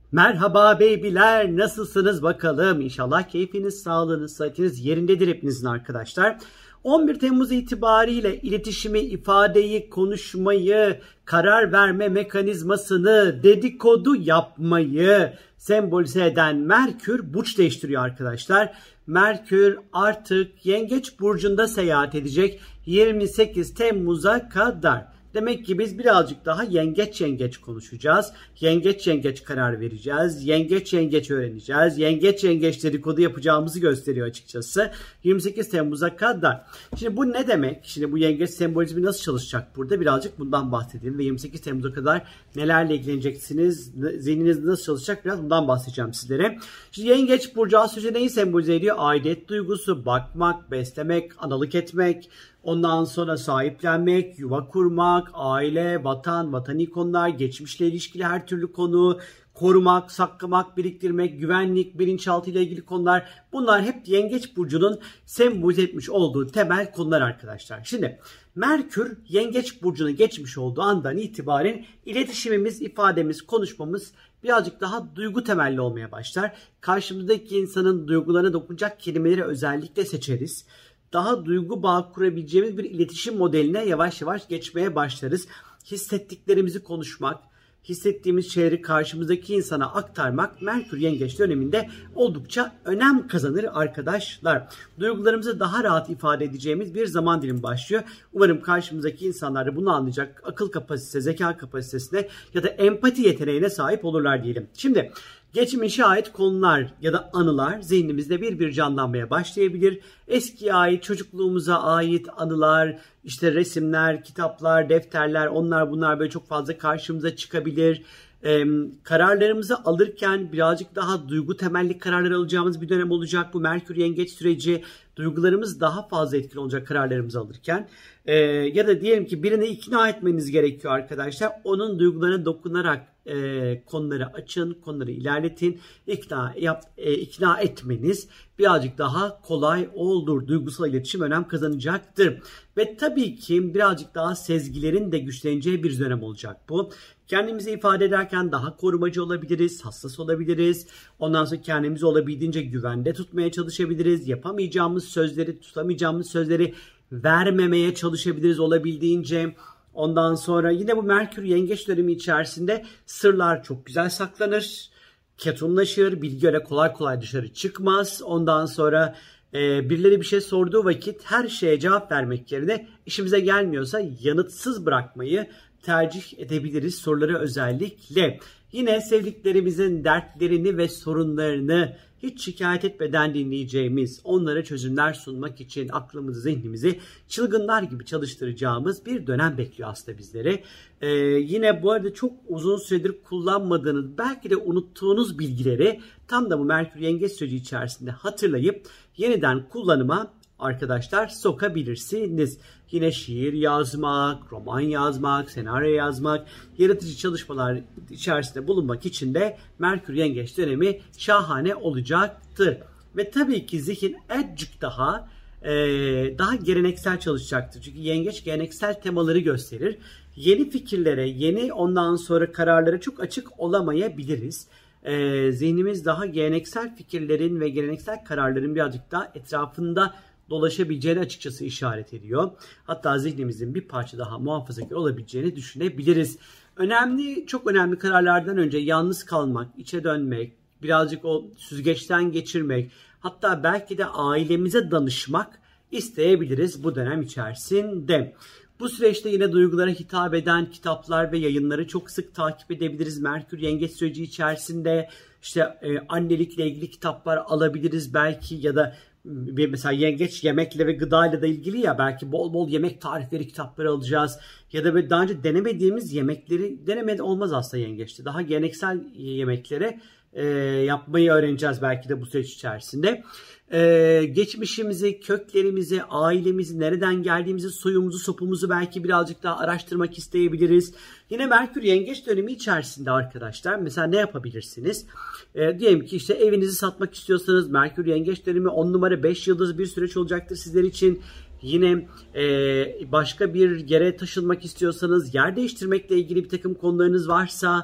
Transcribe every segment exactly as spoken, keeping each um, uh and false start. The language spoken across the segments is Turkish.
Merhaba beybiler, nasılsınız bakalım? İnşallah keyfiniz, sağlığınız, sıhhatiniz yerindedir hepinizin arkadaşlar. on bir Temmuz itibariyle iletişimi, ifadeyi, konuşmayı, karar verme mekanizmasını, dedikodu yapmayı sembolize eden Merkür burç değiştiriyor arkadaşlar. Merkür artık Yengeç burcunda seyahat edecek yirmi sekiz Temmuz'a kadar. Demek ki biz birazcık daha yengeç yengeç konuşacağız. Yengeç yengeç karar vereceğiz. Yengeç yengeç öğreneceğiz. Yengeç yengeç dedikodu yapacağımızı gösteriyor açıkçası. yirmi sekiz Temmuz'a kadar. Şimdi bu ne demek? Şimdi bu yengeç sembolizmi nasıl çalışacak burada? Birazcık bundan bahsedelim ve yirmi sekiz Temmuz'a kadar nelerle ilgileneceksiniz? Zihniniz nasıl çalışacak? Biraz bundan bahsedeceğim sizlere. Şimdi yengeç burcu az önce neyi sembolize ediyor? Aidiyet duygusu, bakmak, beslemek, analık etmek. Ondan sonra sahiplenmek, yuva kurmak, aile, vatan, vatani konular, geçmişle ilişkili her türlü konu, korumak, saklamak, biriktirmek, güvenlik, bilinçaltı ile ilgili konular. Bunlar hep Yengeç burcunun sembolize etmiş olduğu temel konular arkadaşlar. Şimdi Merkür Yengeç burcuna geçmiş olduğu andan itibaren iletişimimiz, ifademiz, konuşmamız birazcık daha duygu temelli olmaya başlar. Karşımızdaki insanın duygularına dokunacak kelimeleri özellikle seçeriz. Daha duygu bağı kurabileceğimiz bir iletişim modeline yavaş yavaş geçmeye başlarız. Hissettiklerimizi konuşmak, hissettiğimiz şeyleri karşımızdaki insana aktarmak Merkür Yengeç döneminde oldukça önem kazanır arkadaşlar. Duygularımızı daha rahat ifade edeceğimiz bir zaman dilimi başlıyor. Umarım karşımızdaki insanlar da bunu anlayacak akıl kapasitesi, zeka kapasitesine ya da empati yeteneğine sahip olurlar diyelim. Şimdi geçmişe ait konular ya da anılar zihnimizde bir bir canlanmaya başlayabilir. Eskiye ait, çocukluğumuza ait anılar, işte resimler, kitaplar, defterler, onlar bunlar böyle çok fazla karşımıza çıkabilir. Ee, kararlarımızı alırken birazcık daha duygu temelli kararlar alacağımız bir dönem olacak. Bu Merkür Yengeç süreci duygularımız daha fazla etkili olacak kararlarımızı alırken. Ee, ya da diyelim ki birini ikna etmeniz gerekiyor arkadaşlar. Onun duygularına dokunarak e, konuları açın, konuları ilerletin. İkna, yap, e, ikna etmeniz birazcık daha kolay olur. Duygusal iletişim önem kazanacaktır. Ve tabii ki birazcık daha sezgilerin de güçleneceği bir dönem olacak bu. Kendimizi ifade ederken daha korumacı olabiliriz, hassas olabiliriz. Ondan sonra kendimizi olabildiğince güvende tutmaya çalışabiliriz. Yapamayacağımız sözleri, tutamayacağımız sözleri vermemeye çalışabiliriz olabildiğince. Ondan sonra yine bu Merkür Yengeç dönemi içerisinde sırlar çok güzel saklanır. Ketumlaşır, bilgi öyle kolay kolay dışarı çıkmaz. Ondan sonra e, birileri bir şey sorduğu vakit her şeye cevap vermek yerine işimize gelmiyorsa yanıtsız bırakmayı tercih edebiliriz soruları özellikle. Yine sevdiklerimizin dertlerini ve sorunlarını hiç şikayet etmeden dinleyeceğimiz, onlara çözümler sunmak için aklımızı, zihnimizi çılgınlar gibi çalıştıracağımız bir dönem bekliyor aslında bizleri. Ee, yine bu arada çok uzun süredir kullanmadığınız, belki de unuttuğunuz bilgileri tam da bu Merkür Yengeç süreci içerisinde hatırlayıp yeniden kullanıma arkadaşlar sokabilirsiniz. Yine şiir yazmak, roman yazmak, senaryo yazmak, yaratıcı çalışmalar içerisinde bulunmak için de Merkür Yengeç dönemi şahane olacaktır. Ve tabii ki zihin azıcık daha e, daha geleneksel çalışacaktır. Çünkü Yengeç geleneksel temaları gösterir. Yeni fikirlere, yeni ondan sonra kararlara çok açık olamayabiliriz. E, zihnimiz daha geleneksel fikirlerin ve geleneksel kararların birazcık daha etrafında dolaşabileceğini açıkçası işaret ediyor. Hatta zihnimizin bir parça daha muhafazakar olabileceğini düşünebiliriz. Önemli, çok önemli kararlardan önce yalnız kalmak, içe dönmek, birazcık o süzgeçten geçirmek, hatta belki de ailemize danışmak isteyebiliriz bu dönem içerisinde. Bu süreçte yine duygulara hitap eden kitaplar ve yayınları çok sık takip edebiliriz. Merkür Yengeç süreci içerisinde işte e, annelikle ilgili kitaplar alabiliriz belki ya da mesela yengeç yemekle ve gıdayla da ilgili ya, belki bol bol yemek tarifleri kitapları alacağız. Ya da daha önce denemediğimiz yemekleri, denemedi olmaz aslında yengeçte. Daha geleneksel yemekleri e, yapmayı öğreneceğiz belki de bu süreç içerisinde. Ee, geçmişimizi, köklerimizi, ailemizi, nereden geldiğimizi, soyumuzu, sopumuzu belki birazcık daha araştırmak isteyebiliriz. Yine Merkür Yengeç dönemi içerisinde arkadaşlar mesela ne yapabilirsiniz? Ee, diyelim ki işte evinizi satmak istiyorsanız Merkür Yengeç dönemi on numara beş yıldız bir süreç olacaktır sizler için. Yine e, başka bir yere taşınmak istiyorsanız, yer değiştirmekle ilgili bir takım konularınız varsa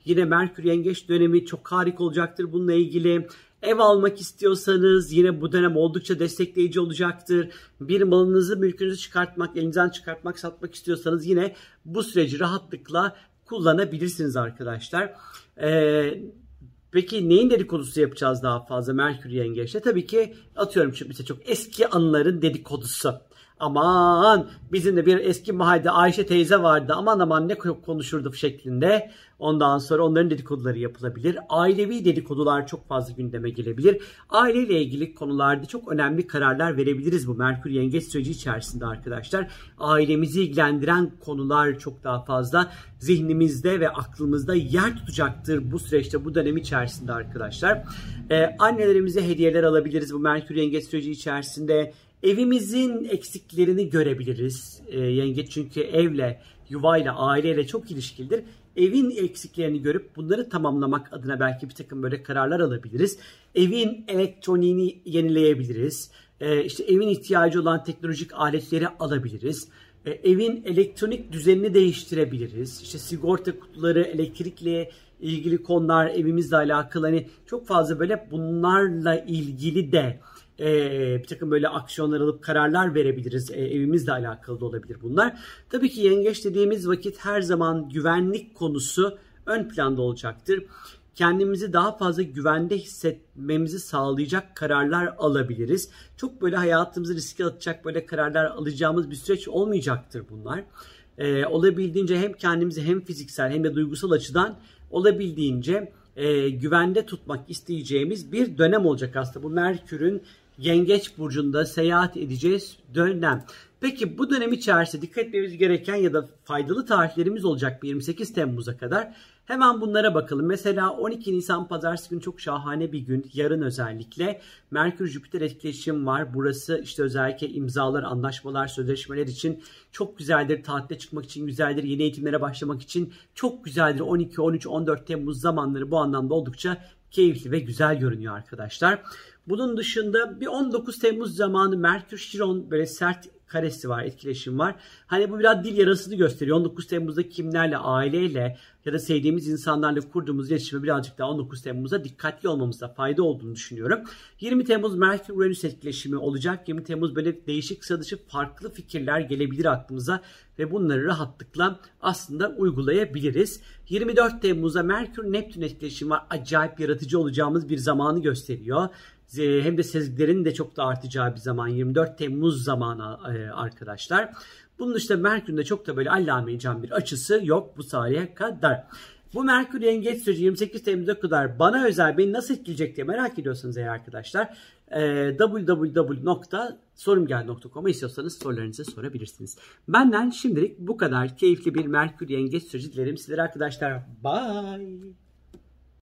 Yine Merkür Yengeç dönemi çok harika olacaktır bununla ilgili. Ev almak istiyorsanız yine bu dönem oldukça destekleyici olacaktır. Bir malınızı, mülkünüzü çıkartmak, elinizden çıkartmak, satmak istiyorsanız yine bu süreci rahatlıkla kullanabilirsiniz arkadaşlar. Ee, peki neyin dedikodusu yapacağız daha fazla Merkür Yengeç'te? Tabii ki atıyorum şimdi mesela çok eski anıların dedikodusu. Aman bizim de bir eski mahallede Ayşe teyze vardı, aman aman ne konuşurdu şeklinde. Ondan sonra onların dedikoduları yapılabilir. Ailevi dedikodular çok fazla gündeme gelebilir. Aileyle ilgili konularda çok önemli kararlar verebiliriz bu Merkür Yengeç süreci içerisinde arkadaşlar. Ailemizi ilgilendiren konular çok daha fazla zihnimizde ve aklımızda yer tutacaktır bu süreçte, bu dönem içerisinde arkadaşlar. Ee, annelerimize hediyeler alabiliriz bu Merkür Yengeç süreci içerisinde. Evimizin eksiklerini görebiliriz. E, yengeç çünkü evle, yuvayla, aileyle çok ilişkilidir. Evin eksiklerini görüp bunları tamamlamak adına belki bir takım böyle kararlar alabiliriz. Evin elektroniğini yenileyebiliriz. E, işte evin ihtiyacı olan teknolojik aletleri alabiliriz. E, evin elektronik düzenini değiştirebiliriz. İşte sigorta kutuları, elektrikle ilgili konular, evimizle alakalı hani çok fazla böyle bunlarla ilgili de Ee, bir takım böyle aksiyonlar alıp kararlar verebiliriz. Ee, evimizle alakalı da olabilir bunlar. Tabii ki yengeç dediğimiz vakit her zaman güvenlik konusu ön planda olacaktır. Kendimizi daha fazla güvende hissetmemizi sağlayacak kararlar alabiliriz. Çok böyle hayatımızı riske atacak böyle kararlar alacağımız bir süreç olmayacaktır bunlar. Ee, olabildiğince hem kendimizi hem fiziksel hem de duygusal açıdan olabildiğince e, güvende tutmak isteyeceğimiz bir dönem olacak aslında. Bu Merkür'ün Yengeç burcunda seyahat edeceğiz dönem. Peki bu dönem içerisinde dikkat etmemiz gereken ya da faydalı tarihlerimiz olacak yirmi sekiz Temmuz'a kadar. Hemen bunlara bakalım. Mesela on iki Nisan Pazartesi günü çok şahane bir gün. Yarın özellikle Merkür-Jüpiter etkileşim var. Burası işte özellikle imzalar, anlaşmalar, sözleşmeler için çok güzeldir. Tatile çıkmak için güzeldir. Yeni eğitimlere başlamak için çok güzeldir. on iki, on üç, on dört Temmuz zamanları bu anlamda oldukça keyifli ve güzel görünüyor arkadaşlar. Bunun dışında bir on dokuz Temmuz zamanı Merkür-Şiron böyle sert karesi var, etkileşim var. Hani bu biraz dil yarasını gösteriyor. on dokuz Temmuz'da kimlerle, aileyle ya da sevdiğimiz insanlarla kurduğumuz iletişime birazcık daha on dokuz Temmuz'da dikkatli olmamızda fayda olduğunu düşünüyorum. yirmi Temmuz Merkür-Uranüs etkileşimi olacak. yirmi Temmuz böyle değişik, sıra dışı farklı fikirler gelebilir aklımıza ve bunları rahatlıkla aslında uygulayabiliriz. yirmi dört Temmuz'da Merkür-Neptün etkileşimi var. Acayip yaratıcı olacağımız bir zamanı gösteriyor. Hem de sezgilerin de çok da artacağı bir zaman, yirmi dört Temmuz zamanı arkadaşlar. Bunun dışında Merkür'ün de çok da böyle allamecan bir açısı yok bu tarihe kadar. Bu Merkür Yengeç süreci yirmi sekiz Temmuz'a kadar bana özel, beni nasıl etkileyecek diye merak ediyorsanız eğer arkadaşlar double-u double-u double-u nokta sorumgel nokta com'a istiyorsanız sorularınızı sorabilirsiniz. Benden şimdilik bu kadar. Keyifli bir Merkür Yengeç süreci dilerim sizlere arkadaşlar. Bye.